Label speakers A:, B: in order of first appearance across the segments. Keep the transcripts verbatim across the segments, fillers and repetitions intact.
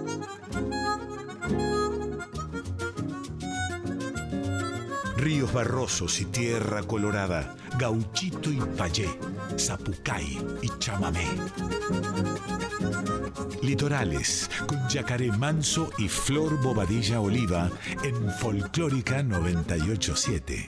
A: Ríos barrosos y tierra colorada, gauchito y payé, zapucay y chamamé. Litorales con yacaré manso y flor bobadilla oliva en Folclórica noventa y ocho punto siete.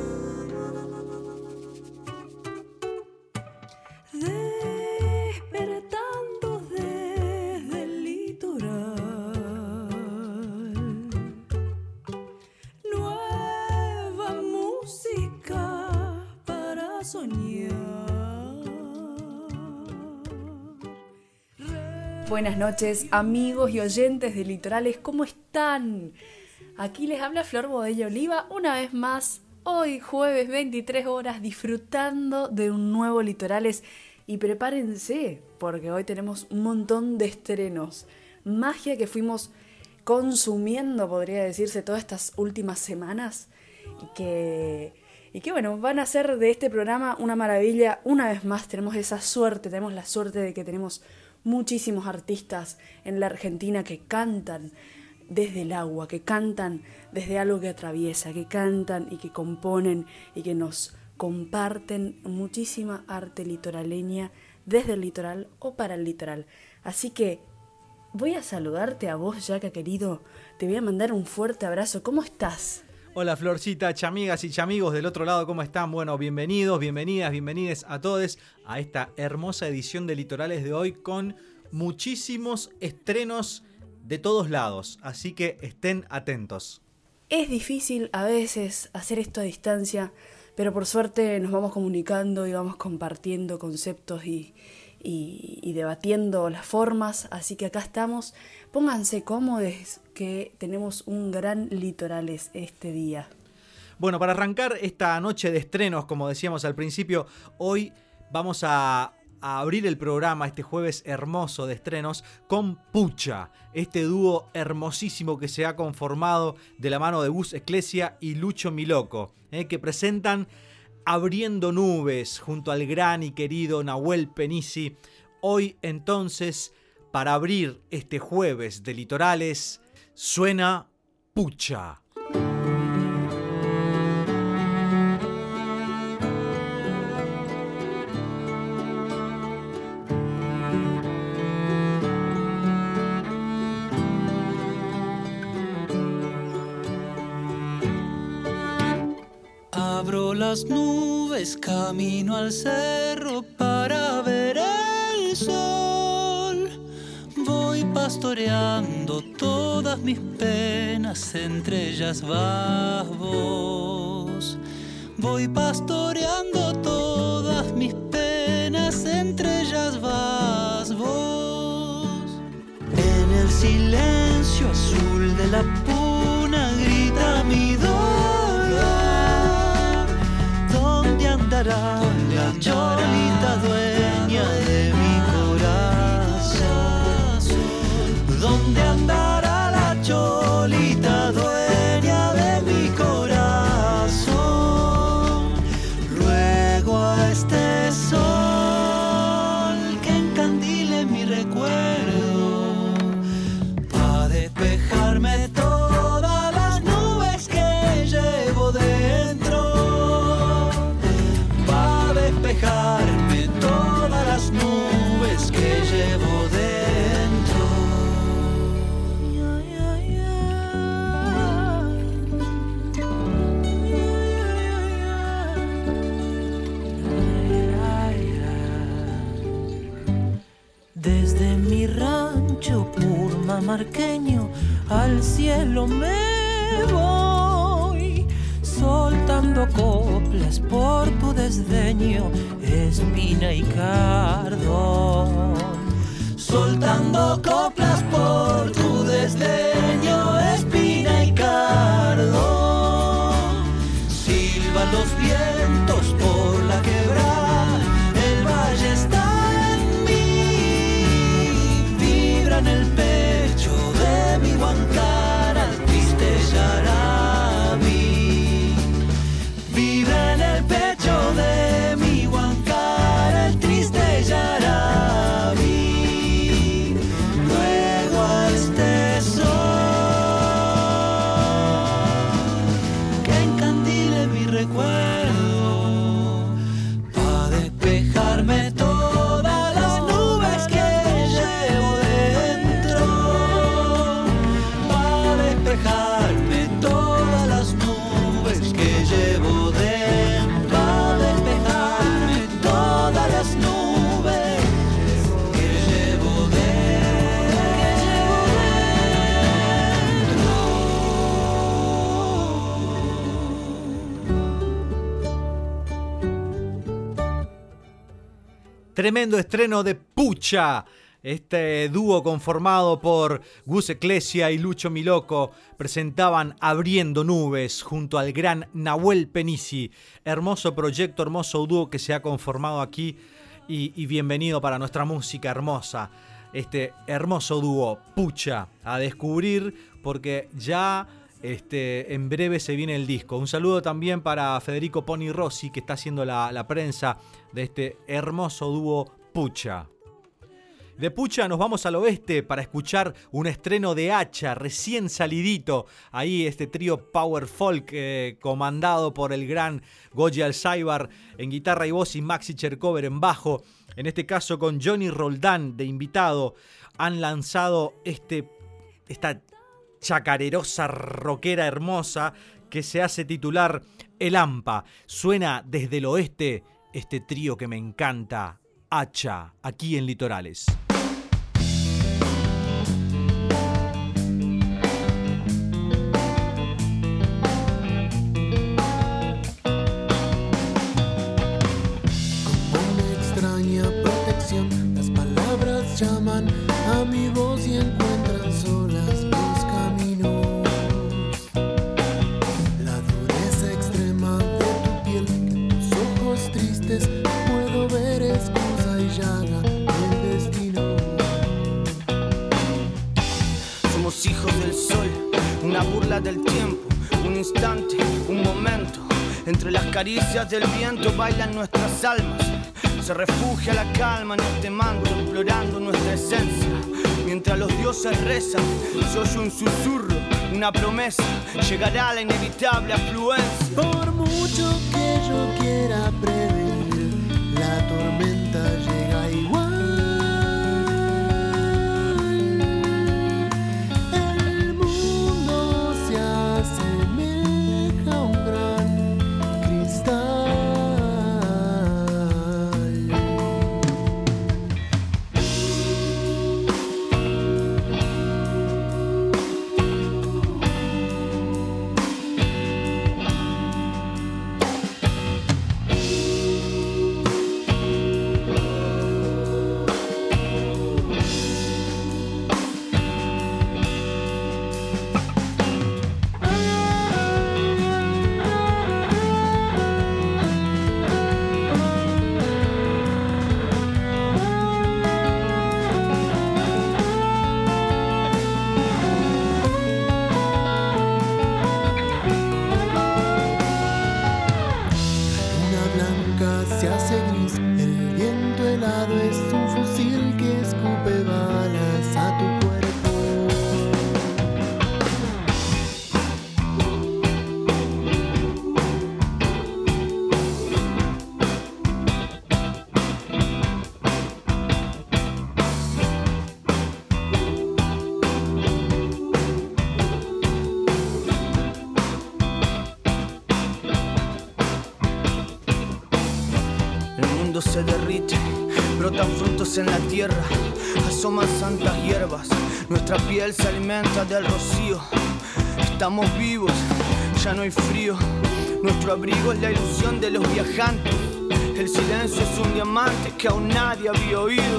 B: Buenas noches, amigos y oyentes de Litorales, ¿cómo están? Aquí les habla Flor Bobadilla Oliva una vez más, hoy jueves veintitrés horas, disfrutando de un nuevo Litorales. Y prepárense, porque hoy tenemos un montón de estrenos. Magia que fuimos consumiendo, podría decirse, todas estas últimas semanas. Y que, y que bueno, van a hacer de este programa una maravilla. Una vez más tenemos esa suerte, tenemos la suerte de que tenemos muchísimos artistas en la Argentina que cantan desde el agua, que cantan desde algo que atraviesa, que cantan y que componen y que nos comparten muchísima arte litoraleña desde el litoral o para el litoral. Así que voy a saludarte a vos, Yaca, querido. Te voy a mandar un fuerte abrazo. ¿Cómo estás?
C: Hola Florcita, chamigas y chamigos del otro lado, ¿cómo están? Bueno, bienvenidos, bienvenidas, bienvenides a todos a esta hermosa edición de Litorales de hoy con muchísimos estrenos de todos lados, así que estén atentos.
B: Es difícil a veces hacer esto a distancia, pero por suerte nos vamos comunicando y vamos compartiendo conceptos y, y, y debatiendo las formas, así que acá estamos. Pónganse cómodos que tenemos un gran Litorales este día.
C: Bueno, para arrancar esta noche de estrenos, como decíamos al principio, hoy vamos a, a abrir el programa, este jueves hermoso de estrenos, con Pucha, este dúo hermosísimo que se ha conformado de la mano de Gus Ecclesia y Lucho Miloco, eh, que presentan Abriendo Nubes junto al gran y querido Nahuel Penisi. Hoy entonces, para abrir este jueves de Litorales, suena Pucha.
D: Abro las nubes, camino al cerro para ver el sol. Voy pastoreando todas mis penas, entre ellas vas vos. Voy pastoreando todas mis penas, entre ellas vas vos. En el silencio azul de la puna grita mi dolor. ¿Dónde andará la cholita dueña de mi corazón? ¿Dónde andará la cholita dueña de mi corazón? Ruego a este sol que encandile mi recuerdo, pa' despejarme todas las nubes que llevo dentro, pa' despejarme todas las nubes que llevo dentro. Desde mi rancho purmamarqueño al cielo me voy, soltando coplas por tu desdeño, espina y cardón. Soltando coplas por tu desdeño, espina y cardón. Silban los vientos por la quebrada, el valle está en mí. Vibra en el pecho de mi huancara el triste yarabí. Vibra en el pecho de mi huancara el triste yarabí. Luego
C: Tremendo estreno de Pucha. Este dúo conformado por Gus Ecclesia y Lucho Miloco presentaban Abriendo Nubes junto al gran Nahuel Penisi. Hermoso proyecto, hermoso dúo que se ha conformado aquí y, y bienvenido para nuestra música hermosa. Este hermoso dúo Pucha a descubrir porque ya este, en breve se viene el disco. Un saludo también para Federico Pony Rossi que está haciendo la, la prensa de este hermoso dúo Pucha. De Pucha nos vamos al oeste para escuchar un estreno de Hacha, recién salidito. Ahí este trío Power Folk eh, comandado por el gran Goyi Alzaibar en guitarra y voz y Maxi Chercover en bajo. En este caso con Johnny Roldán de invitado. Han lanzado este, esta chacarerosa rockera hermosa que se hace titular El Hampa. Suena desde el oeste este trío que me encanta, Hacha, aquí en Litorales.
E: Llaman a mi voz y encuentran solas los caminos. La dureza extrema de tu piel, que tus ojos tristes puedo ver excusa y llaga del destino.
F: Somos hijos del sol, una burla del tiempo, un instante, un momento. Entre las caricias del viento bailan nuestras almas. Se refugia la calma en este manto, explorando nuestra esencia. Mientras los dioses rezan, se oye un susurro, una promesa. Llegará la inevitable afluencia.
E: Por mucho que yo quiera prevenir, la tormenta llega igual. El mundo se asemeja a un gran cristal.
F: Se derrite, brotan frutos en la tierra, asoman santas hierbas, nuestra piel se alimenta del rocío. Estamos vivos, ya no hay frío, nuestro abrigo es la ilusión de los viajantes. El silencio es un diamante que aún nadie había oído.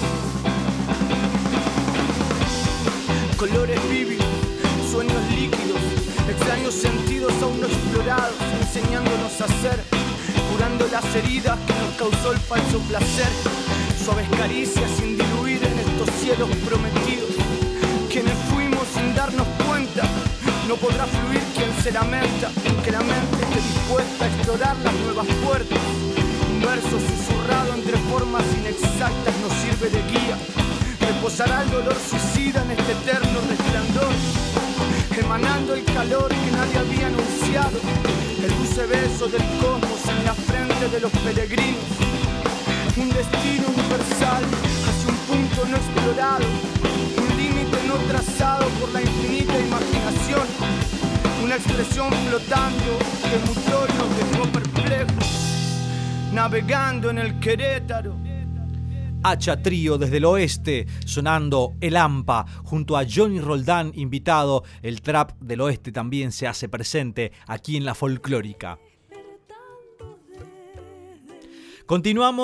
F: Colores vívidos, sueños líquidos, extraños sentidos aún no explorados, enseñándonos a ser, curando las heridas que nos causó el falso placer. Suaves caricias sin diluir en estos cielos prometidos. Quienes fuimos sin darnos cuenta, no podrá fluir quien se lamenta, aunque la mente esté dispuesta a explorar las nuevas puertas. Un verso susurrado entre formas inexactas nos sirve de guía. Reposará el dolor suicida en este eterno resplandor, emanando el calor que nadie había anunciado. El dulce beso del cosmos en la frente de los peregrinos. Un destino universal hacia un punto no explorado. Un límite no trazado por la infinita imaginación. Una expresión flotando que mutó y nos dejó perplejos, navegando en el Querétaro.
C: Hacha Trío desde el oeste, sonando El Hampa, junto a Johnny Roldán invitado. El trap del oeste también se hace presente aquí en la folclórica. Continuamos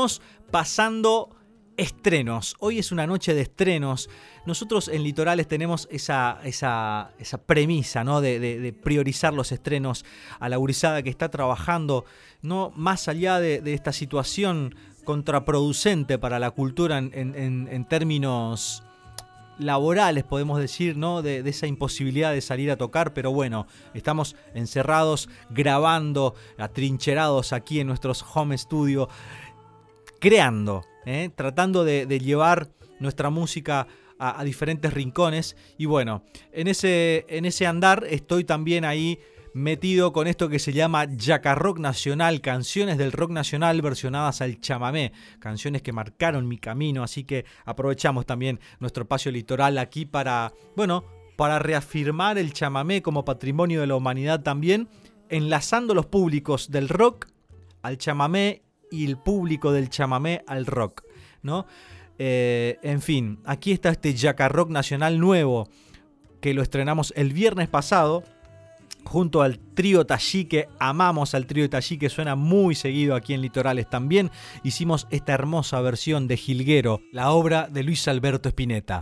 C: pasando estrenos. Hoy es una noche de estrenos. Nosotros en Litorales tenemos esa, esa, esa premisa, ¿no? de, de, de priorizar los estrenos a la gurizada que está trabajando, no más allá de, de esta situación contraproducente para la cultura en, en, en términos laborales, podemos decir, ¿no? De, de esa imposibilidad de salir a tocar, pero bueno, estamos encerrados, grabando, atrincherados aquí en nuestros home studio, creando, ¿eh? tratando de, de llevar nuestra música a, a diferentes rincones. Y bueno, en ese, en ese andar estoy también ahí metido con esto que se llama Yacarrock Nacional, canciones del rock nacional versionadas al chamamé, canciones que marcaron mi camino, así que aprovechamos también nuestro espacio litoral aquí para, bueno, para reafirmar el chamamé como patrimonio de la humanidad también, enlazando los públicos del rock al chamamé y el público del chamamé al rock, ¿no? Eh, en fin, aquí está este Yacarrock Nacional nuevo, que lo estrenamos el viernes pasado, junto al trío Tachique. Amamos al trío Tachique, suena muy seguido aquí en Litorales también. Hicimos esta hermosa versión de Jilguero, la obra de Luis Alberto Spinetta.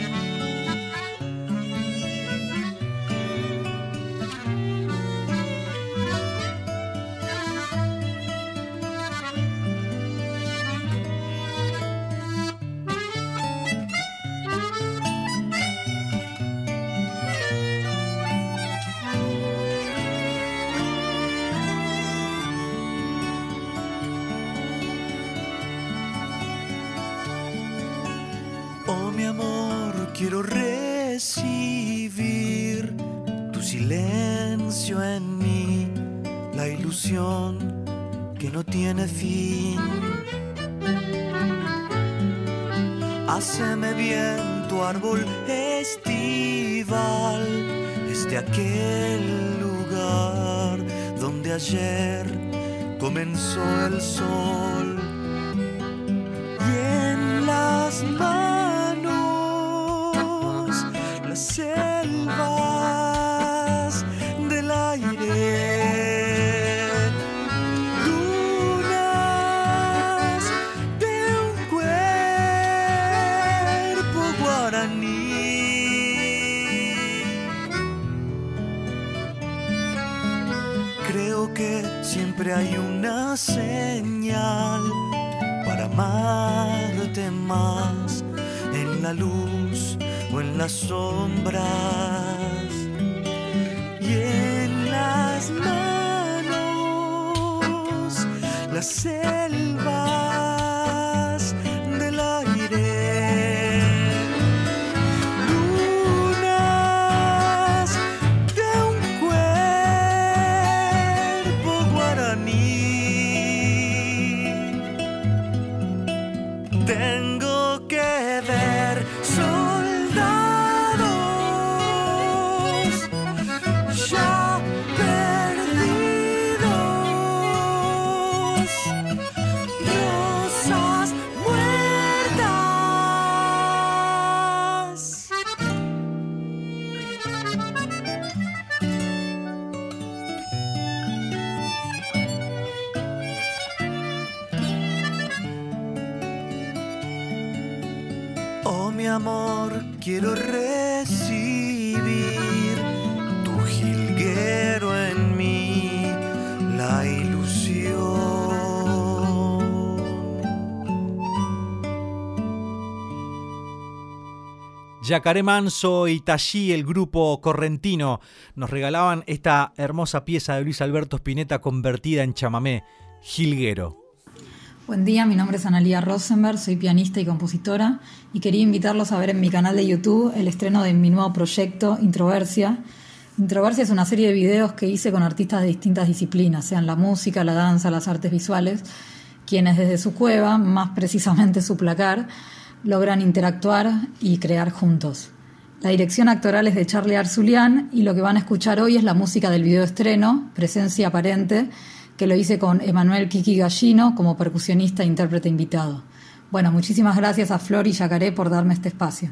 D: Quiero recibir tu silencio en mí, la ilusión que no tiene fin. Háceme bien tu árbol estival, desde aquel lugar donde ayer comenzó el sol. Y en las manos selvas del aire, dunas de un cuerpo guaraní. Creo que siempre hay una señal para amarte más, en la luz o en las sombras, y en las manos las selvas del aire, lunas de un cuerpo guaraní. Tengo que ver sol ya perdidos, rosas muertas. Oh, mi amor, quiero recibir tu jilguero en mí, la ilusión.
C: Yacaré Manso y Tallí, el grupo correntino, nos regalaban esta hermosa pieza de Luis Alberto Spinetta convertida en chamamé, Jilguero.
G: Buen día, mi nombre es Analía Rosenberg, soy pianista y compositora y quería invitarlos a ver en mi canal de YouTube el estreno de mi nuevo proyecto, Introversia. Introversia es una serie de videos que hice con artistas de distintas disciplinas, sean la música, la danza, las artes visuales, quienes desde su cueva, más precisamente su placar, logran interactuar y crear juntos. La dirección actoral es de Charlie Arzulian y lo que van a escuchar hoy es la música del video estreno, Presencia Aparente, que lo hice con Emanuel Kiki Gallino como percusionista e intérprete invitado. Bueno, muchísimas gracias a Flor y Yacaré por darme este espacio.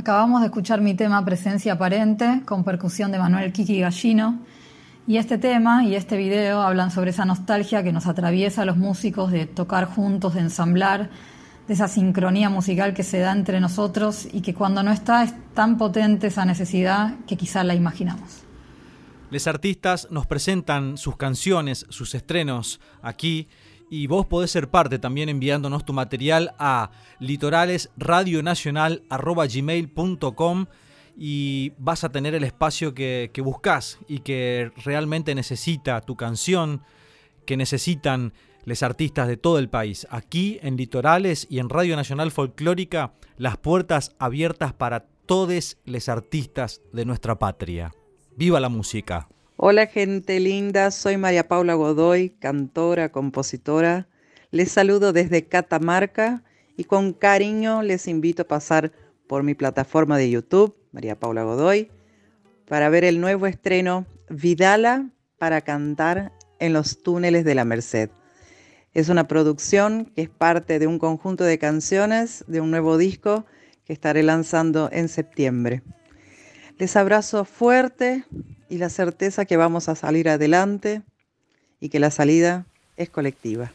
G: Acabamos de escuchar mi tema Presencia Aparente con percusión de Manuel Kiki Gallino. Y este tema y este video hablan sobre esa nostalgia que nos atraviesa a los músicos de tocar juntos, de ensamblar, de esa sincronía musical que se da entre nosotros y que cuando no está es tan potente esa necesidad que quizá la imaginamos.
C: Los artistas nos presentan sus canciones, sus estrenos aquí y vos podés ser parte también enviándonos tu material a litoralesradionacional arroba gmail punto com y vas a tener el espacio que, que buscas y que realmente necesita tu canción, que necesitan los artistas de todo el país. Aquí en Litorales y en Radio Nacional Folclórica, las puertas abiertas para todos los artistas de nuestra patria. ¡Viva la música!
H: Hola gente linda, soy María Paula Godoy, cantora, compositora. Les saludo desde Catamarca y con cariño les invito a pasar por mi plataforma de YouTube, María Paula Godoy, para ver el nuevo estreno Vidala para cantar en los túneles de la Merced. Es una producción que es parte de un conjunto de canciones de un nuevo disco que estaré lanzando en septiembre. Les abrazo fuerte y la certeza que vamos a salir adelante y que la salida es colectiva.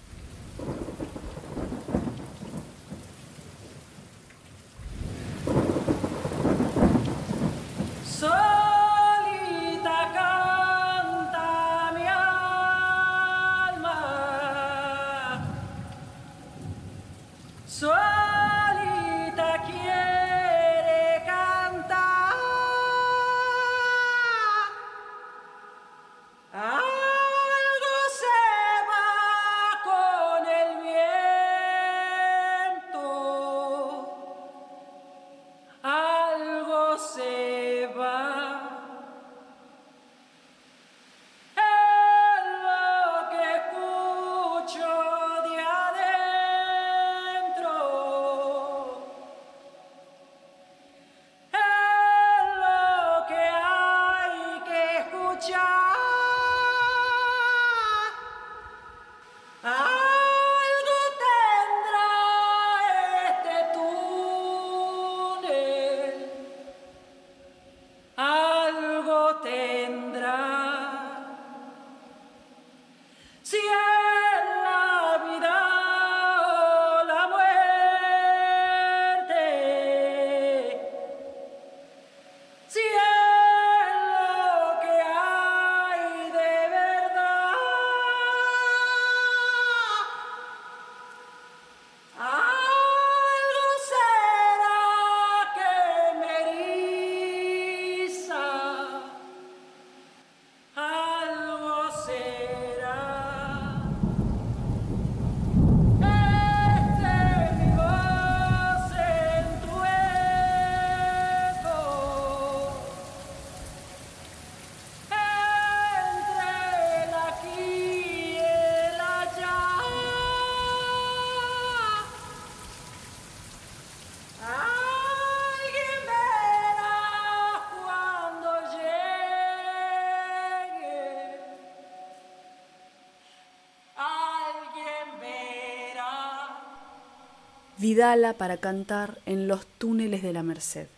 B: Vidala para cantar en los túneles de la Merced.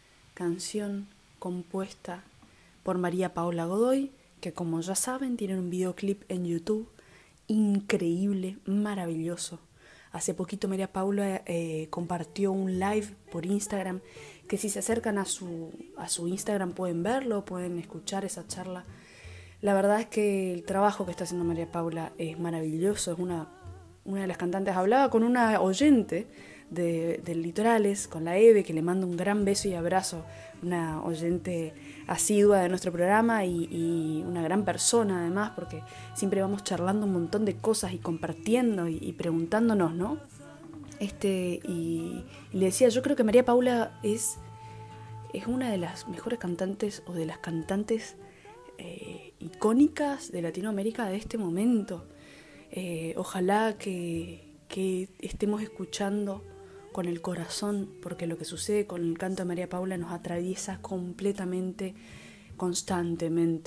B: Canción compuesta por María Paula Godoy, que como ya saben tiene un videoclip en YouTube increíble, maravilloso. Hace poquito María Paula eh, compartió un live por Instagram, que si se acercan a su, a su Instagram pueden verlo, pueden escuchar esa charla. La verdad es que el trabajo que está haciendo María Paula es maravilloso, es una... Una de las cantantes hablaba con una oyente de, de Litorales, con la Eve, que le mando un gran beso y abrazo, una oyente asidua de nuestro programa y, y una gran persona además, porque siempre vamos charlando un montón de cosas y compartiendo y, y preguntándonos, ¿no? Este, y, y le decía, yo creo que María Paula es, es una de las mejores cantantes o de las cantantes eh, icónicas de Latinoamérica de este momento. Eh, ojalá que, que estemos escuchando con el corazón, porque lo que sucede con el canto de María Paula nos atraviesa completamente, constantemente.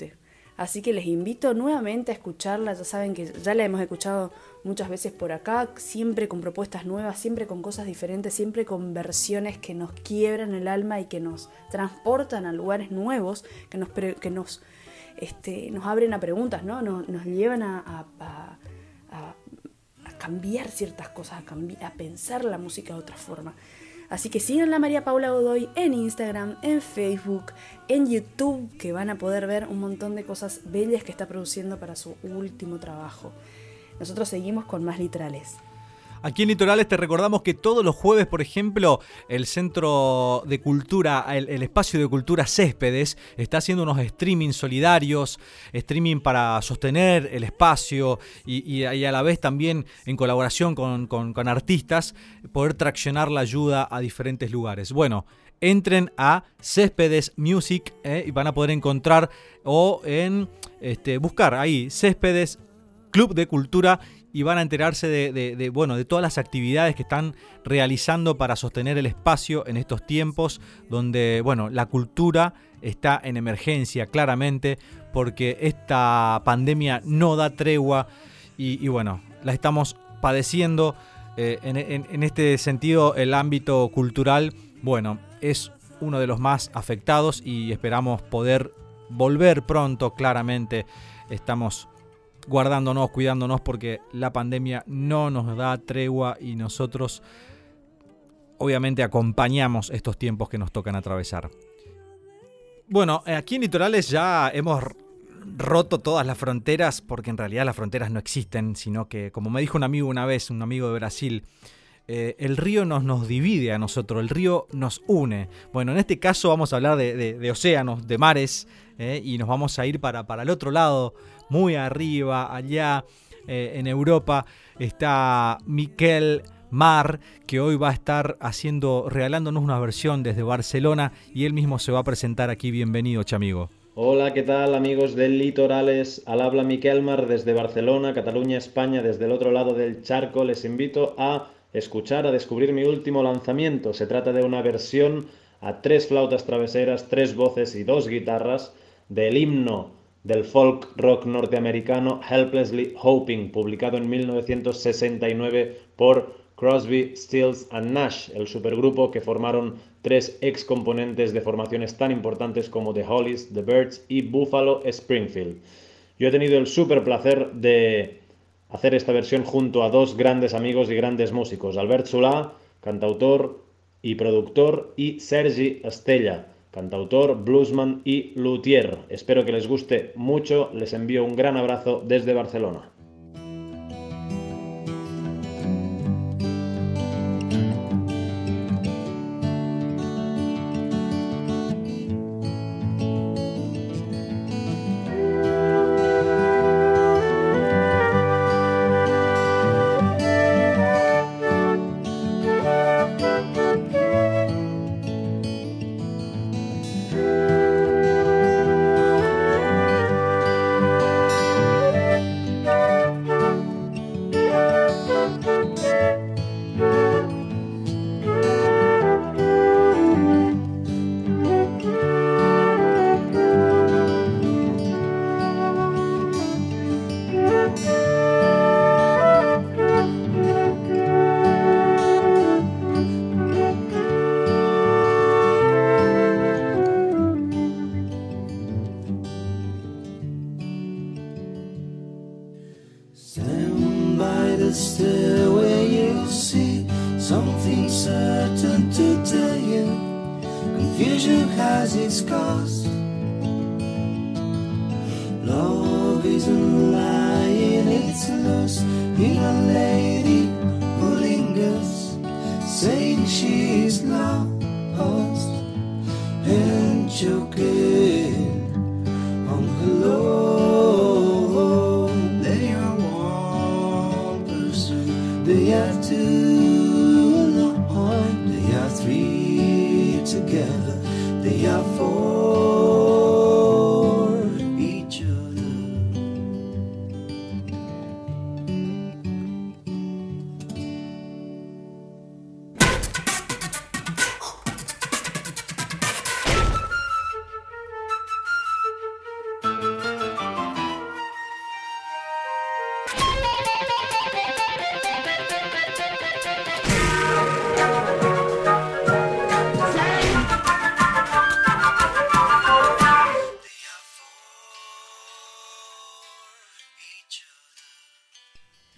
B: Así que les invito nuevamente a escucharla. Ya saben que ya la hemos escuchado muchas veces por acá, siempre con propuestas nuevas, siempre con cosas diferentes, siempre con versiones que nos quiebran el alma y que nos transportan a lugares nuevos, que nos, pre- que nos, este, nos abren a preguntas, ¿no? Nos, nos llevan a, a, a, a, a cambiar ciertas cosas, a, cambi- a pensar la música de otra forma. Así que sigan a María Paula Godoy en Instagram, en Facebook, en YouTube, que van a poder ver un montón de cosas bellas que está produciendo para su último trabajo. Nosotros seguimos con más Litorales.
C: Aquí en Litorales te recordamos que todos los jueves, por ejemplo, el Centro de Cultura, el, el Espacio de Cultura Céspedes, está haciendo unos streaming solidarios, streaming para sostener el espacio y, y, y a la vez también en colaboración con, con, con artistas, poder traccionar la ayuda a diferentes lugares. Bueno, entren a Céspedes Music eh, y van a poder encontrar o en este, buscar ahí Céspedes Club de Cultura y van a enterarse de, de, de, bueno, de todas las actividades que están realizando para sostener el espacio en estos tiempos donde, bueno, la cultura está en emergencia claramente porque esta pandemia no da tregua y, y bueno, la estamos padeciendo. Eh, en, en, en este sentido, el ámbito cultural, bueno, es uno de los más afectados y esperamos poder volver pronto, claramente. Estamos guardándonos, cuidándonos porque la pandemia no nos da tregua y nosotros obviamente acompañamos estos tiempos que nos tocan atravesar. Bueno, aquí en Litorales ya hemos roto todas las fronteras porque en realidad las fronteras no existen, sino que, como me dijo un amigo una vez, un amigo de Brasil, eh, el río nos, nos divide a nosotros, el río nos une. Bueno, en este caso vamos a hablar de, de, de océanos, de mares, eh, y nos vamos a ir para, para el otro lado, muy arriba, allá eh, en Europa, está Miquel Mar, que hoy va a estar haciendo, regalándonos una versión desde Barcelona y él mismo se va a presentar aquí. Bienvenido, chamigo.
I: Hola, ¿qué tal, amigos del Litorales? Al habla Miquel Mar desde Barcelona, Cataluña, España, desde el otro lado del charco. Les invito a escuchar, a descubrir mi último lanzamiento. Se trata de una versión a tres flautas traveseras, tres voces y dos guitarras del himno del folk rock norteamericano Helplessly Hoping, publicado en mil novecientos sesenta y nueve por Crosby, Stills and Nash, el supergrupo que formaron tres ex componentes de formaciones tan importantes como The Hollies, The Byrds y Buffalo Springfield. Yo he tenido el súper placer de hacer esta versión junto a dos grandes amigos y grandes músicos, Albert Solà, cantautor y productor, y Sergi Estella, cantautor, bluesman y luthier. Espero que les guste mucho, les envío un gran abrazo desde Barcelona.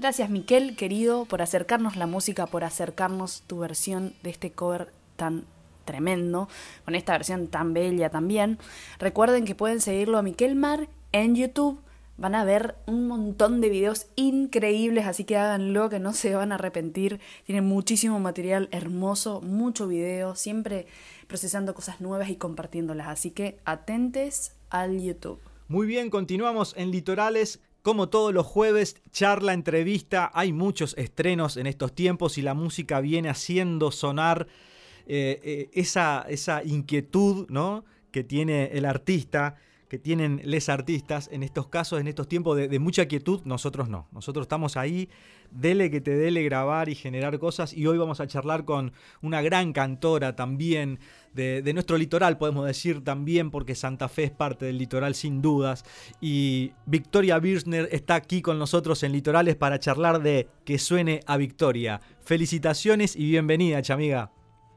B: Gracias, Miquel, querido, por acercarnos la música, por acercarnos tu versión de este cover tan tremendo, con esta versión tan bella también. Recuerden que pueden seguirlo a Miquelmar en YouTube. Van a ver un montón de videos increíbles, así que háganlo, que no se van a arrepentir. Tienen muchísimo material hermoso, mucho video, siempre procesando cosas nuevas y compartiéndolas. Así que atentes al YouTube.
C: Muy bien, continuamos en Litorales. Como todos los jueves, charla, entrevista. Hay muchos estrenos en estos tiempos y la música viene haciendo sonar eh, eh, esa, esa inquietud, ¿no?, que tiene el artista, que tienen les artistas en estos casos, en estos tiempos de, de mucha quietud. Nosotros no, nosotros estamos ahí, dele que te dele grabar y generar cosas, y hoy vamos a charlar con una gran cantora también de, de nuestro litoral, podemos decir también, porque Santa Fe es parte del litoral sin dudas, y Victoria Birchner está aquí con nosotros en Litorales para charlar de Que Suene a Victoria. Felicitaciones y bienvenida, chamiga.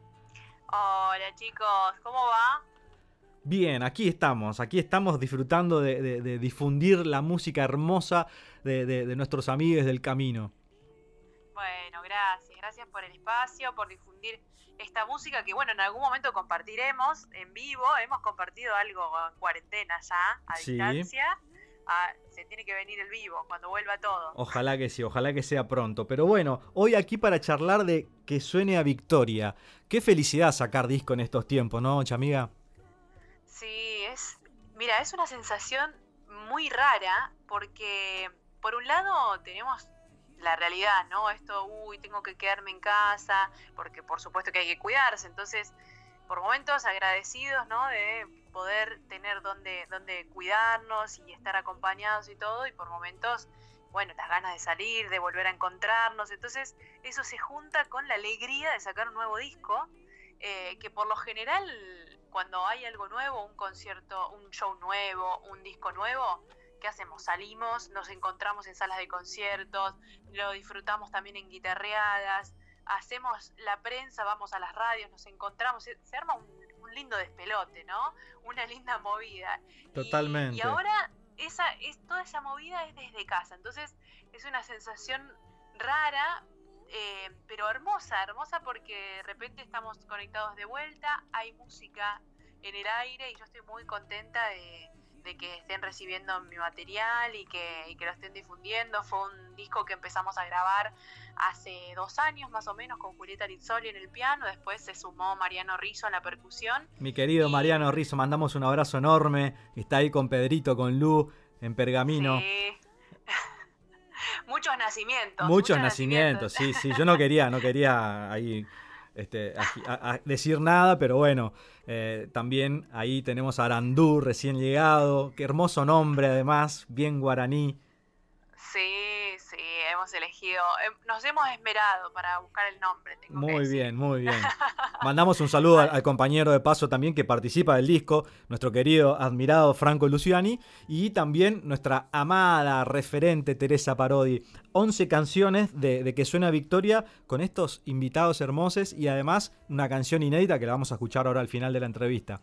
J: Hola chicos, ¿cómo va?
C: Bien, aquí estamos, aquí estamos disfrutando de, de, de difundir la música hermosa de, de, de nuestros amigos del camino.
J: Bueno, gracias, gracias por el espacio, por difundir esta música que, bueno, en algún momento compartiremos en vivo. Hemos compartido algo en cuarentena ya, a
C: Sí.
J: distancia. Ah, se tiene que venir el vivo, cuando vuelva todo.
C: Ojalá que sí, ojalá que sea pronto. Pero bueno, hoy aquí para charlar de Que Suene a Victoria. Qué felicidad sacar disco en estos tiempos, ¿no, chamiga?
J: Sí, es, mira, es una sensación muy rara porque por un lado tenemos la realidad, ¿no? Esto, uy, tengo que quedarme en casa, porque por supuesto que hay que cuidarse. Entonces, por momentos agradecidos, ¿no?, de poder tener donde, donde cuidarnos y estar acompañados y todo, y por momentos, bueno, las ganas de salir, de volver a encontrarnos. Entonces, eso se junta con la alegría de sacar un nuevo disco, eh, que por lo general, cuando hay algo nuevo, un concierto, un show nuevo, un disco nuevo, ¿qué hacemos? Salimos, nos encontramos en salas de conciertos, lo disfrutamos también en guitarreadas, hacemos la prensa, vamos a las radios, nos encontramos, se, se arma un, un lindo despelote, ¿no? Una linda movida.
C: Totalmente.
J: Y, y ahora esa, es, toda esa movida es desde casa, entonces es una sensación rara, eh, pero hermosa, hermosa porque de repente estamos conectados de vuelta, hay música en el aire y yo estoy muy contenta de, de que estén recibiendo mi material y que, y que lo estén difundiendo. Fue un disco que empezamos a grabar hace dos años más o menos con Julieta Rizzoli en el piano, después se sumó Mariano Rizzo en la percusión.
C: Mi querido y... Mariano Rizzo, mandamos un abrazo enorme, está ahí con Pedrito, con Lu, en Pergamino.
J: Sí. Muchos nacimientos.
C: Muchos, muchos nacimientos, nacimientos, sí, sí. Yo no quería, no quería ahí este, a, a decir nada, pero bueno, eh, también ahí tenemos a Arandú, recién llegado. Qué hermoso nombre, además, bien guaraní.
J: Sí, sí, hemos elegido, nos hemos esmerado para buscar el nombre. Tengo
C: muy
J: que
C: bien, muy bien. Mandamos un saludo al, al compañero de paso también que participa del disco, nuestro querido, admirado Franco Luciani, y también nuestra amada referente Teresa Parodi. once canciones de, de Que Suena Victoria con estos invitados hermosos y además una canción inédita que la vamos a escuchar ahora al final de la entrevista.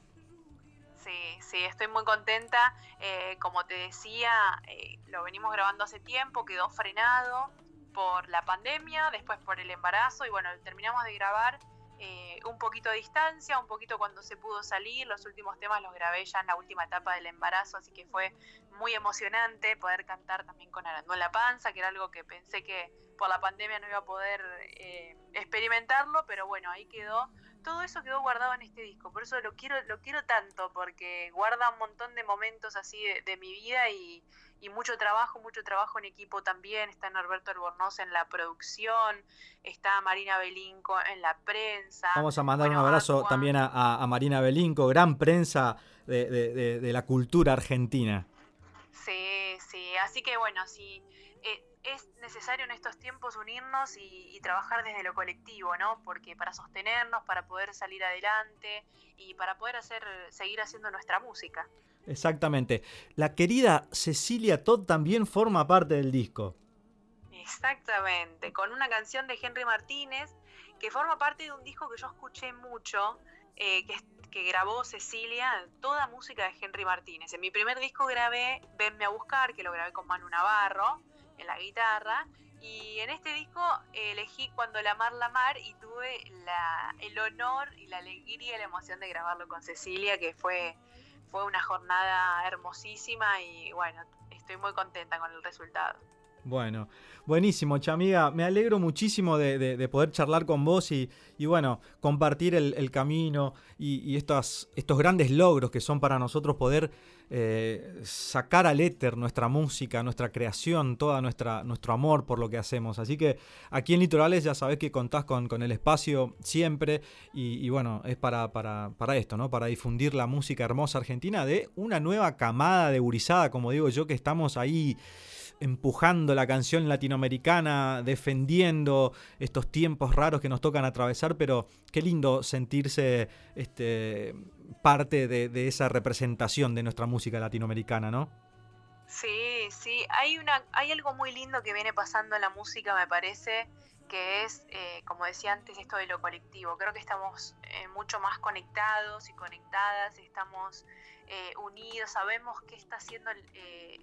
J: Sí, estoy muy contenta. Eh, como te decía, eh, lo venimos grabando hace tiempo, quedó frenado por la pandemia, después por el embarazo y bueno, terminamos de grabar eh, un poquito a distancia, un poquito cuando se pudo salir. Los últimos temas los grabé ya en la última etapa del embarazo, así que fue muy emocionante poder cantar también con Arandú en la panza, que era algo que pensé que por la pandemia no iba a poder eh, experimentarlo, pero bueno, ahí quedó. Todo eso quedó guardado en este disco, por eso lo quiero lo quiero tanto, porque guarda un montón de momentos así de, de mi vida y, y mucho trabajo, mucho trabajo en equipo también. Está Norberto Albornoz en la producción, está Marina Belinco en la prensa.
C: Vamos a mandar
J: bueno,
C: un abrazo
J: Juan.
C: también a, a, a Marina Belinco, gran prensa de, de, de, de la cultura argentina.
J: Sí, sí, así que bueno, sí, eh, es necesario en estos tiempos unirnos y, y trabajar desde lo colectivo, ¿no? Porque para sostenernos, para poder salir adelante y para poder hacer, seguir haciendo nuestra música.
C: Exactamente. La querida Cecilia Todd también forma parte del disco.
J: Exactamente, con una canción de Henry Martínez que forma parte de un disco que yo escuché mucho, eh, que, que grabó Cecilia, toda música de Henry Martínez. En mi primer disco grabé Venme a Buscar, que lo grabé con Manu Navarro en la guitarra, Y en este disco elegí Cuando la mar la mar y tuve la, el honor y la alegría y la emoción de grabarlo con Cecilia, que fue, fue una jornada hermosísima y bueno, estoy muy contenta con el resultado.
C: Bueno, buenísimo, Chamiga. Me alegro muchísimo de, de, de poder charlar con vos y, y bueno, compartir el, el camino y, y estos, estos grandes logros que son para nosotros poder eh, sacar al éter nuestra música, nuestra creación, toda nuestra nuestro amor por lo que hacemos. Así que aquí en Litorales ya sabés que contás con, con el espacio siempre y, y bueno, es para, para, para esto, ¿no? Para difundir la música hermosa argentina de una nueva camada de gurizada, como digo yo, que estamos ahí empujando la canción latinoamericana, defendiendo estos tiempos raros que nos tocan atravesar, pero qué lindo sentirse este, parte de, de esa representación de nuestra música latinoamericana, ¿no?
J: Sí, sí, hay, una, hay algo muy lindo que viene pasando en la música, me parece, que es, eh, como decía antes, esto de lo colectivo. Creo que estamos eh, mucho más conectados y conectadas, estamos eh, unidos, sabemos qué está haciendo el... Eh,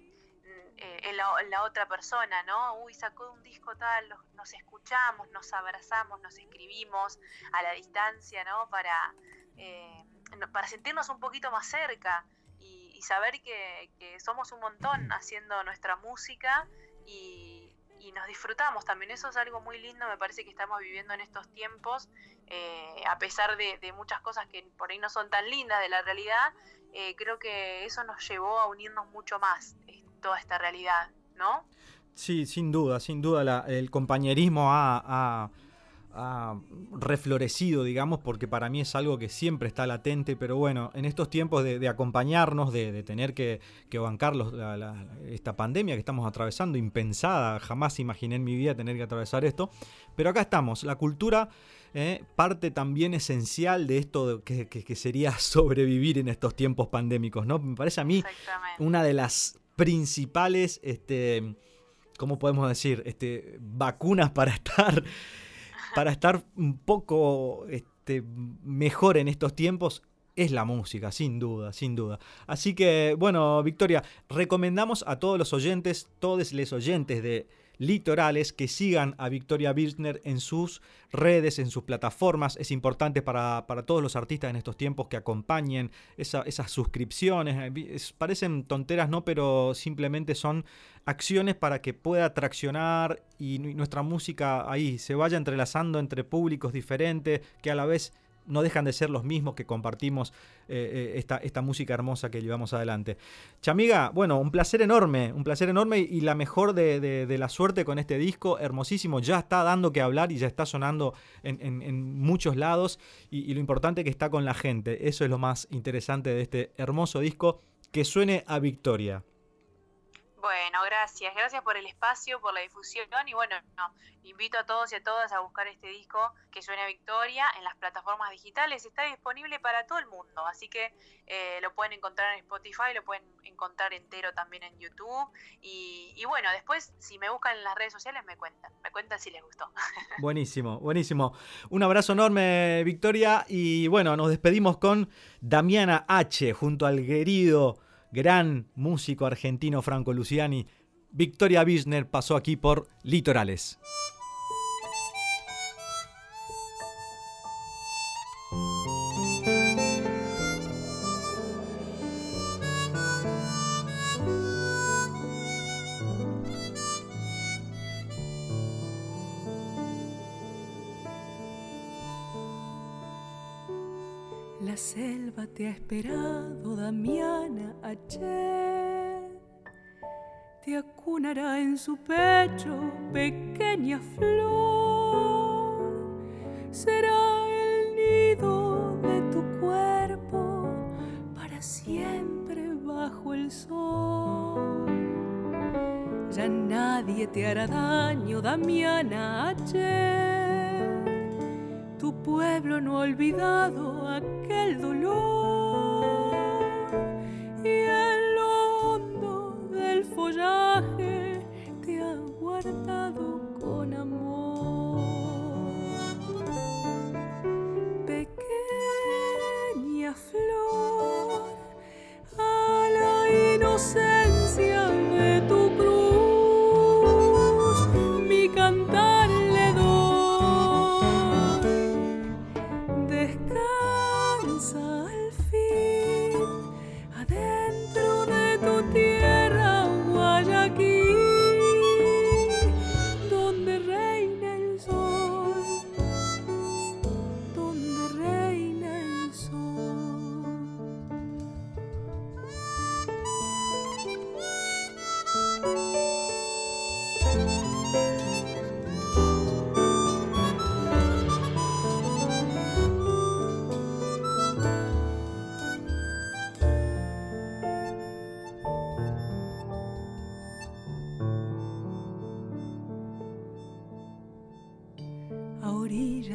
J: En la, en la otra persona, ¿no? Uy, sacó un disco tal, nos escuchamos, nos abrazamos, nos escribimos a la distancia, ¿no? Para, eh, para sentirnos un poquito más cerca y, y saber que, que somos un montón haciendo nuestra música y, y nos disfrutamos también. Eso es algo muy lindo, me parece que estamos viviendo en estos tiempos, eh, a pesar de, de muchas cosas que por ahí no son tan lindas de la realidad, eh, creo que eso nos llevó a unirnos mucho más, toda esta realidad, ¿no?
C: Sí, sin duda, sin duda la, el compañerismo ha, ha, ha reflorecido, digamos, porque para mí es algo que siempre está latente, pero bueno, en estos tiempos de, de acompañarnos, de, de tener que, que bancar los, la, la, esta pandemia que estamos atravesando, impensada, jamás imaginé en mi vida tener que atravesar esto, pero acá estamos, la cultura... Eh, parte también esencial de esto que, que, que sería sobrevivir en estos tiempos pandémicos, ¿no? Me parece a mí una de las principales, este, ¿cómo podemos decir? Este, vacunas para estar, para estar un poco este, mejor en estos tiempos es la música, sin duda, sin duda. Así que, bueno, Victoria, recomendamos a todos los oyentes, todos los oyentes de Litorales, que sigan a Victoria Birchner en sus redes, en sus plataformas. Es importante para, para todos los artistas en estos tiempos que acompañen esa, esas suscripciones. Es, parecen tonteras, ¿no? Pero simplemente son acciones para que pueda traccionar y nuestra música ahí se vaya entrelazando entre públicos diferentes que a la vez no dejan de ser los mismos que compartimos eh, esta, esta música hermosa que llevamos adelante. Chamiga, bueno, un placer enorme, un placer enorme y la mejor de, de, de la suerte con este disco, hermosísimo, ya está dando que hablar y ya está sonando en, en, en muchos lados y, y lo importante es que está con la gente, eso es lo más interesante de este hermoso disco, que suene a Victoria.
J: Bueno, gracias, gracias por el espacio, por la difusión y bueno, no, invito a todos y a todas a buscar este disco que suena a Victoria en las plataformas digitales, está disponible para todo el mundo, así que eh, lo pueden encontrar en Spotify, lo pueden encontrar entero también en YouTube y, y bueno, después si me buscan en las redes sociales me cuentan, me cuentan si les gustó.
C: Buenísimo, buenísimo. Un abrazo enorme, Victoria, y bueno, nos despedimos con Damiana H. junto al querido gran músico argentino Franco Luciani. Victoria Birchner pasó aquí por Litorales.
K: La selva te ha esperado, Damiana H. Te acunará en su pecho, pequeña flor. Será el nido de tu cuerpo para siempre bajo el sol. Ya nadie te hará daño, Damiana H. Tu pueblo no ha olvidado aquel dolor y en lo hondo del follaje te ha guardado con amor. Pequeña flor, a la inocencia de tu cruz, mi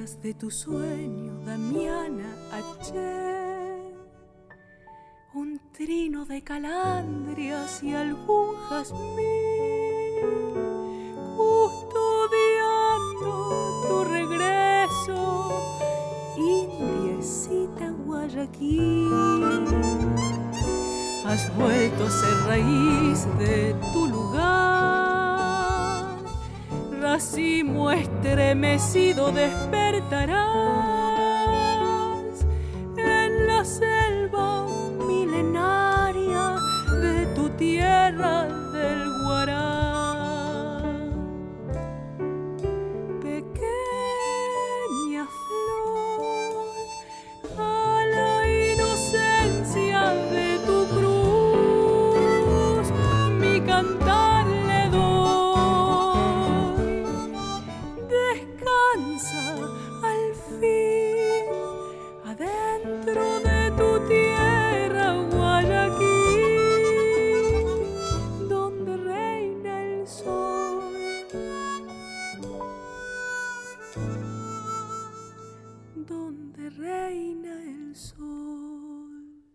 K: detrás de tu sueño, Damiana H. Un trino de calandrias y algún jazmín, custodiando tu regreso, indiecita Guayaquil. Has vuelto a ser raíz de tu lugar, racimo estremecido despertarás en la selva milenaria de tu tierra del Guará. Pequeña flor, a la inocencia de tu cruz, mi cantar le doy. Descansa al fin adentro de tu tierra, Guayaquil, donde reina el sol. Donde reina el sol.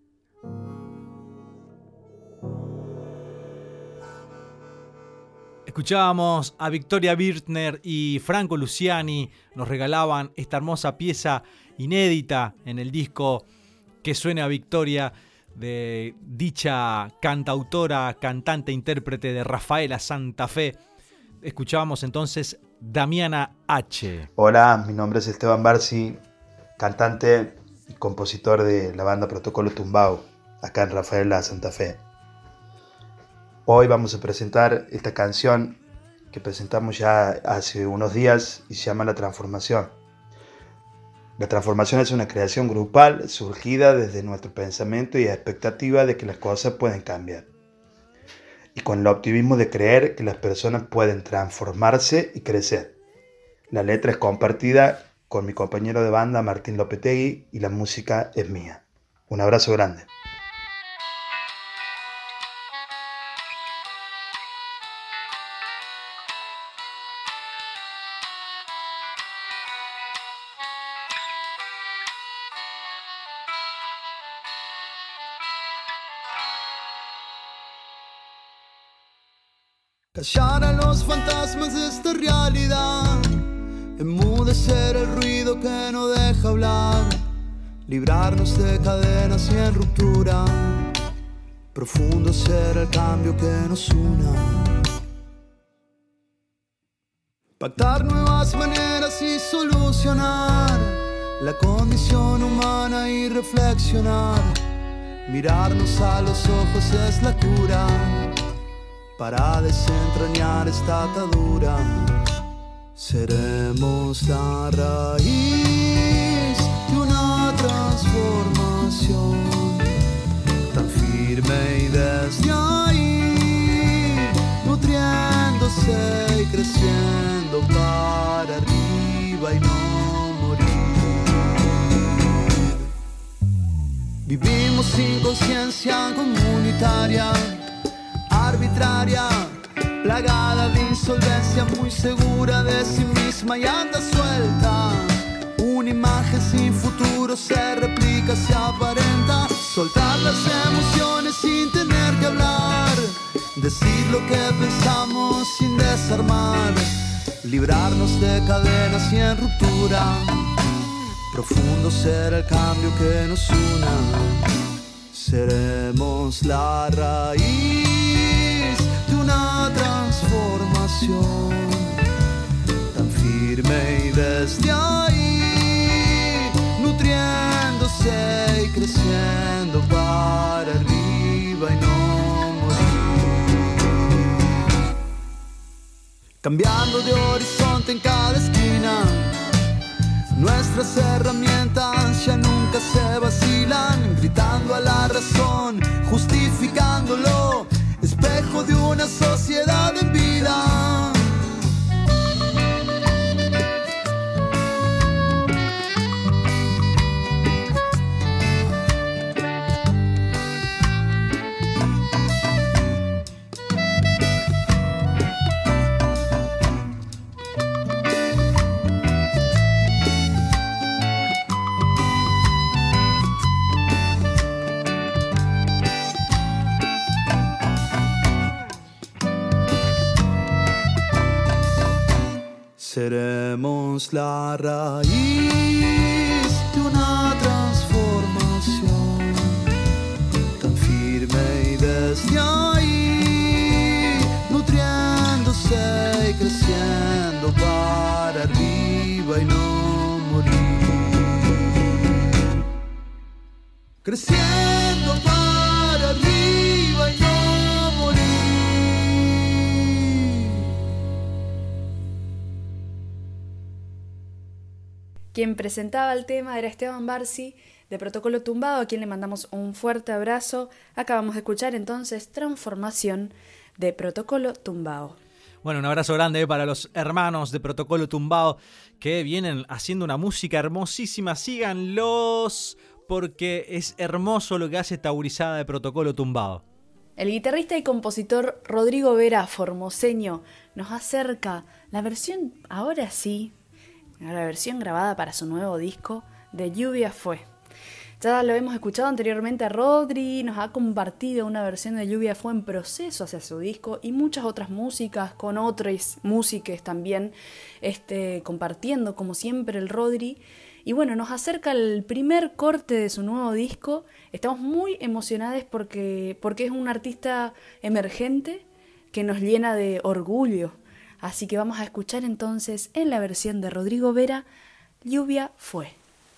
C: Escuchábamos a Victoria Birtner y Franco Luciani, nos regalaban esta hermosa pieza inédita en el disco Que suene a Victoria, de dicha cantautora, cantante, intérprete de Rafaela Santa Fe. Escuchábamos entonces Damiana H.
L: Hola, mi nombre es Esteban Barsi, cantante y compositor de la banda Protocolo Tumbao, acá en Rafaela Santa Fe. Hoy vamos a presentar esta canción que presentamos ya hace unos días y se llama La Transformación. La Transformación es una creación grupal surgida desde nuestro pensamiento y expectativa de que las cosas pueden cambiar. Y con el optimismo de creer que las personas pueden transformarse y crecer. La letra es compartida con mi compañero de banda Martín Lopetegui y la música es mía. Un abrazo grande.
E: Callar a los fantasmas de esta realidad, enmudecer el ruido que no deja hablar, librarnos de cadenas y en ruptura, profundo ser el cambio que nos una. Pactar nuevas maneras y solucionar la condición humana y reflexionar, mirarnos a los ojos es la cura para desentrañar esta atadura. Seremos la raíz de una transformación tan firme y desde ahí nutriéndose y creciendo para arriba y no morir. Vivimos sin conciencia comunitaria, arbitraria, plagada de insolvencia, muy segura de sí misma y anda suelta. Una imagen sin futuro se replica, se aparenta. Soltar las emociones sin tener que hablar, decir lo que pensamos sin desarmar, librarnos de cadenas y en ruptura, profundo ser el cambio que nos una. Seremos la raíz de una transformación tan firme y desde ahí nutriéndose y creciendo para arriba y no morir. Cambiando de horizonte en cada esquina, nuestras herramientas ya nunca se vacilan, gritando a la razón, justificándolo, espejo de una sociedad en vida. Seremos la raíz de una transformación tan firme y desde ahí nutriéndose y creciendo para arriba y no morir. Creciendo para arriba y no morir.
B: Quien presentaba el tema era Esteban Barsi, de Protocolo Tumbado, a quien le mandamos un fuerte abrazo. Acabamos de escuchar entonces Transformación de Protocolo Tumbado.
C: Bueno, un abrazo grande para los hermanos de Protocolo Tumbado que vienen haciendo una música hermosísima. Síganlos porque es hermoso lo que hace esta gurizada de Protocolo Tumbado.
B: El guitarrista y compositor Rodrigo Vera, formoseño, nos acerca la versión, ahora sí, la versión grabada para su nuevo disco de Lluvia Fue. Ya lo hemos escuchado anteriormente a Rodri, nos ha compartido una versión de Lluvia Fue en proceso hacia su disco y muchas otras músicas con otras músicas también, este, compartiendo como siempre el Rodri. Y bueno, nos acerca el primer corte de su nuevo disco. Estamos muy emocionados porque, porque es un artista emergente que nos llena de orgullo. Así que vamos a escuchar entonces en la versión de Rodrigo Vera, Lluvia Fue.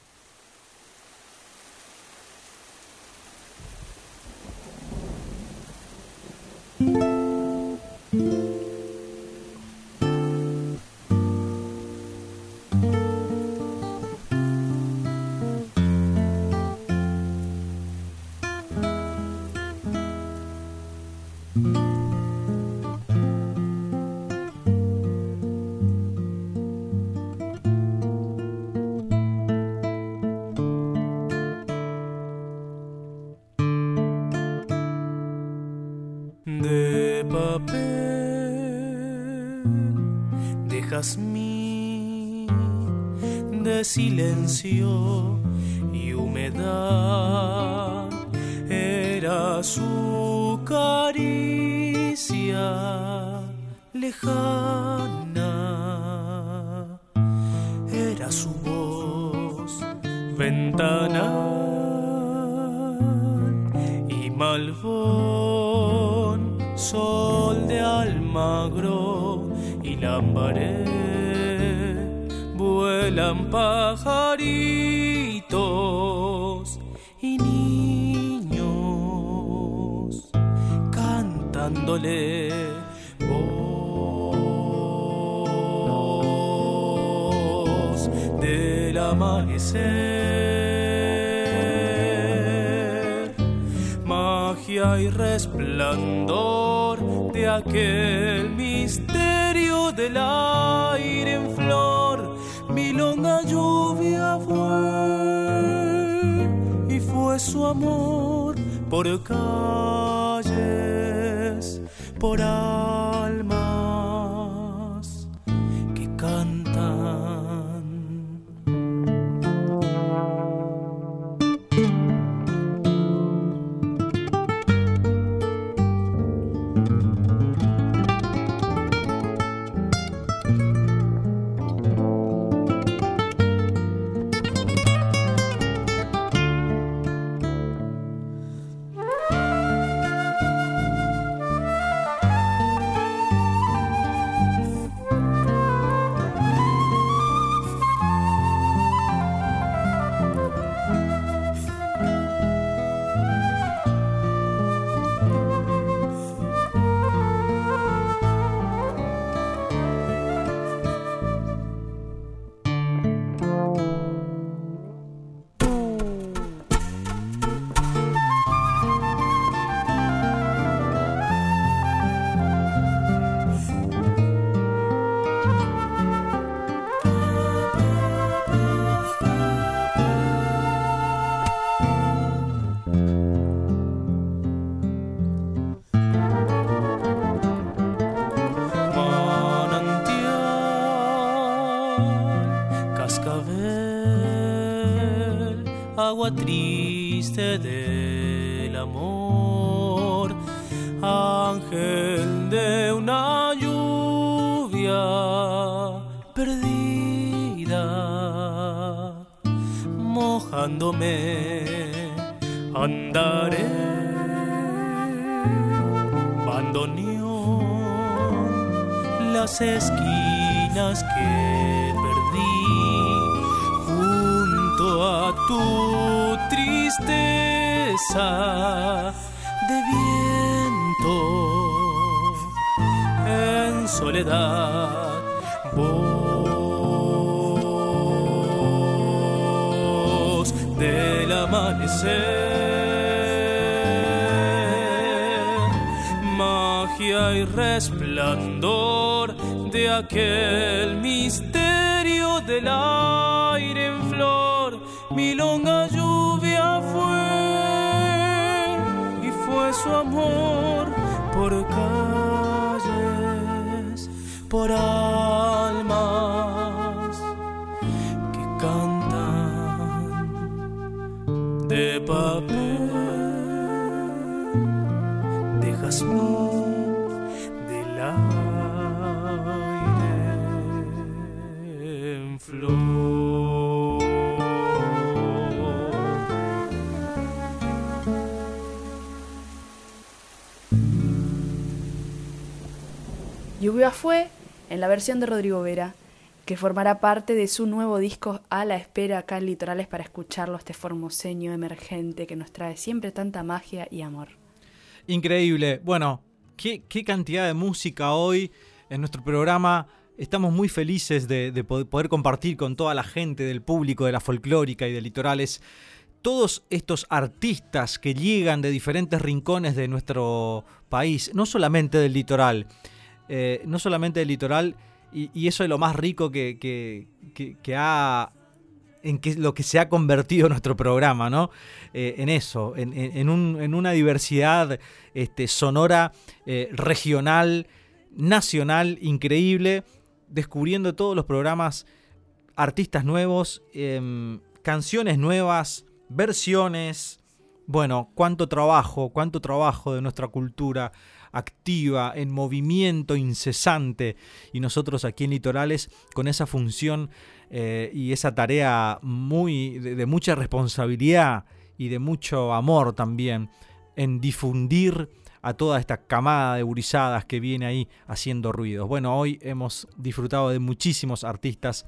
F: De papel, de jazmín, de silencio y humedad, era su caricia lejana, era su voz ventanal y malvón, sol de Almagro y Lambaré, vuelan pajaritos y niños cantándole voz del amanecer, magia y resplandor de aquel misterio del aire en flor. Milonga lluvia fue y fue su amor por calles, por almas que cantan. Agua triste del amor, ángel de una lluvia
M: buscándome, andaré, bandoneón, las esquinas que perdí, junto a tu tristeza de viento, en soledad, voz del amanecer, magia y resplandor de aquel misterio del aire en flor, milonga lluvia fue y fue su amor por calles, por almas que cantan de papel, de jazmín, del aire en flor.
B: Lluvia fue en la versión de Rodrigo Vera, que formará parte de su nuevo disco A la Espera acá en Litorales para escucharlo, este formoseño emergente que nos trae siempre tanta magia y amor.
C: Increíble. Bueno, qué, qué cantidad de música hoy en nuestro programa. Estamos muy felices de, de poder compartir con toda la gente del público de la folclórica y de Litorales todos estos artistas que llegan de diferentes rincones de nuestro país, no solamente del litoral, eh, no solamente del litoral, y, y eso es lo más rico que, que, que, que ha, en que, lo que se ha convertido nuestro programa, ¿no? Eh, en eso, en, en, un, en una diversidad este, sonora, eh, regional, nacional, increíble, descubriendo todos los programas, artistas nuevos, eh, canciones nuevas, versiones. Bueno, cuánto trabajo, cuánto trabajo de nuestra cultura activa, en movimiento incesante, y nosotros aquí en Litorales con esa función eh, y esa tarea muy de, de mucha responsabilidad y de mucho amor también en difundir a toda esta camada de gurizadas que viene ahí haciendo ruidos. Bueno, hoy hemos disfrutado de muchísimos artistas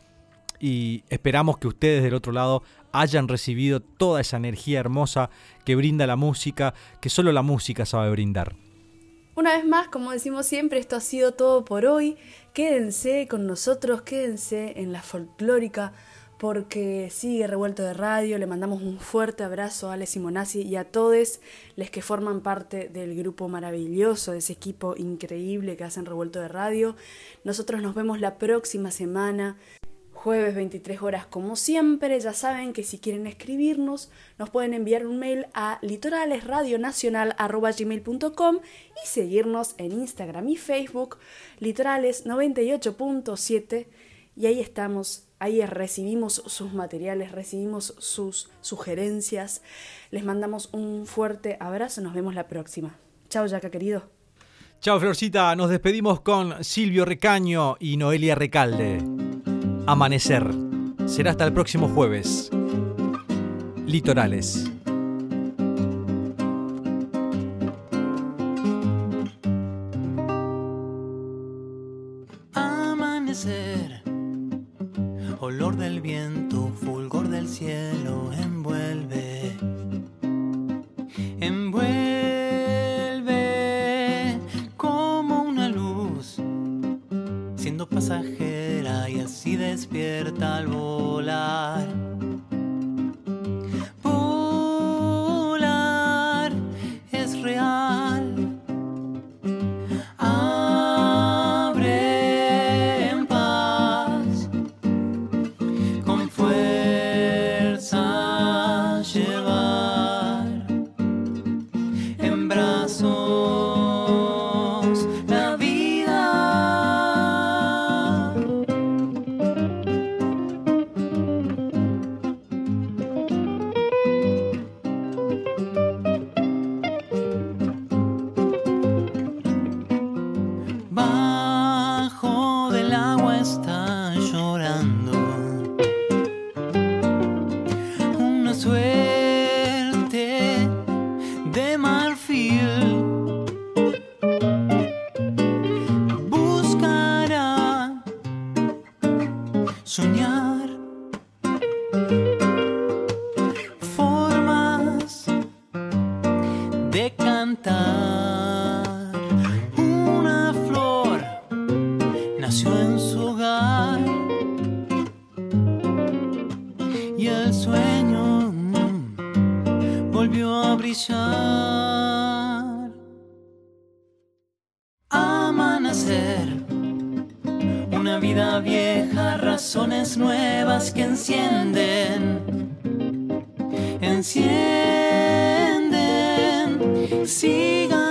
C: y esperamos que ustedes del otro lado hayan recibido toda esa energía hermosa que brinda la música, que solo la música sabe brindar.
B: Una vez más, como decimos siempre, esto ha sido todo por hoy. Quédense con nosotros, quédense en la folclórica, porque sigue Revuelto de Radio. Le mandamos un fuerte abrazo a Ale Simonazzi y a todos los que forman parte del grupo maravilloso, de ese equipo increíble que hacen Revuelto de Radio. Nosotros nos vemos la próxima semana, jueves veintitrés horas como siempre. Ya saben que si quieren escribirnos nos pueden enviar un mail a litoralesradionacional arroba gmail punto com y seguirnos en Instagram y Facebook, Litorales noventa y ocho punto siete, y ahí estamos, ahí recibimos sus materiales, recibimos sus sugerencias. Les mandamos un fuerte abrazo, nos vemos la próxima. Chao, Yaca querido.
C: Chao, Florcita, nos despedimos con Silvio Recaño y Noelia Recalde. Amanecer. Será hasta el próximo jueves. Litorales.
D: Amanecer. Olor del viento, fulgor del cielo, envuelve. Envuelve como una luz, siendo pasajera y así despierta al volar. Volar es real. Abre en paz, con fuerza llevar en brazos la vida. Bajo del agua está llorando una suerte ser. Una vida vieja, razones nuevas que encienden, encienden, sigan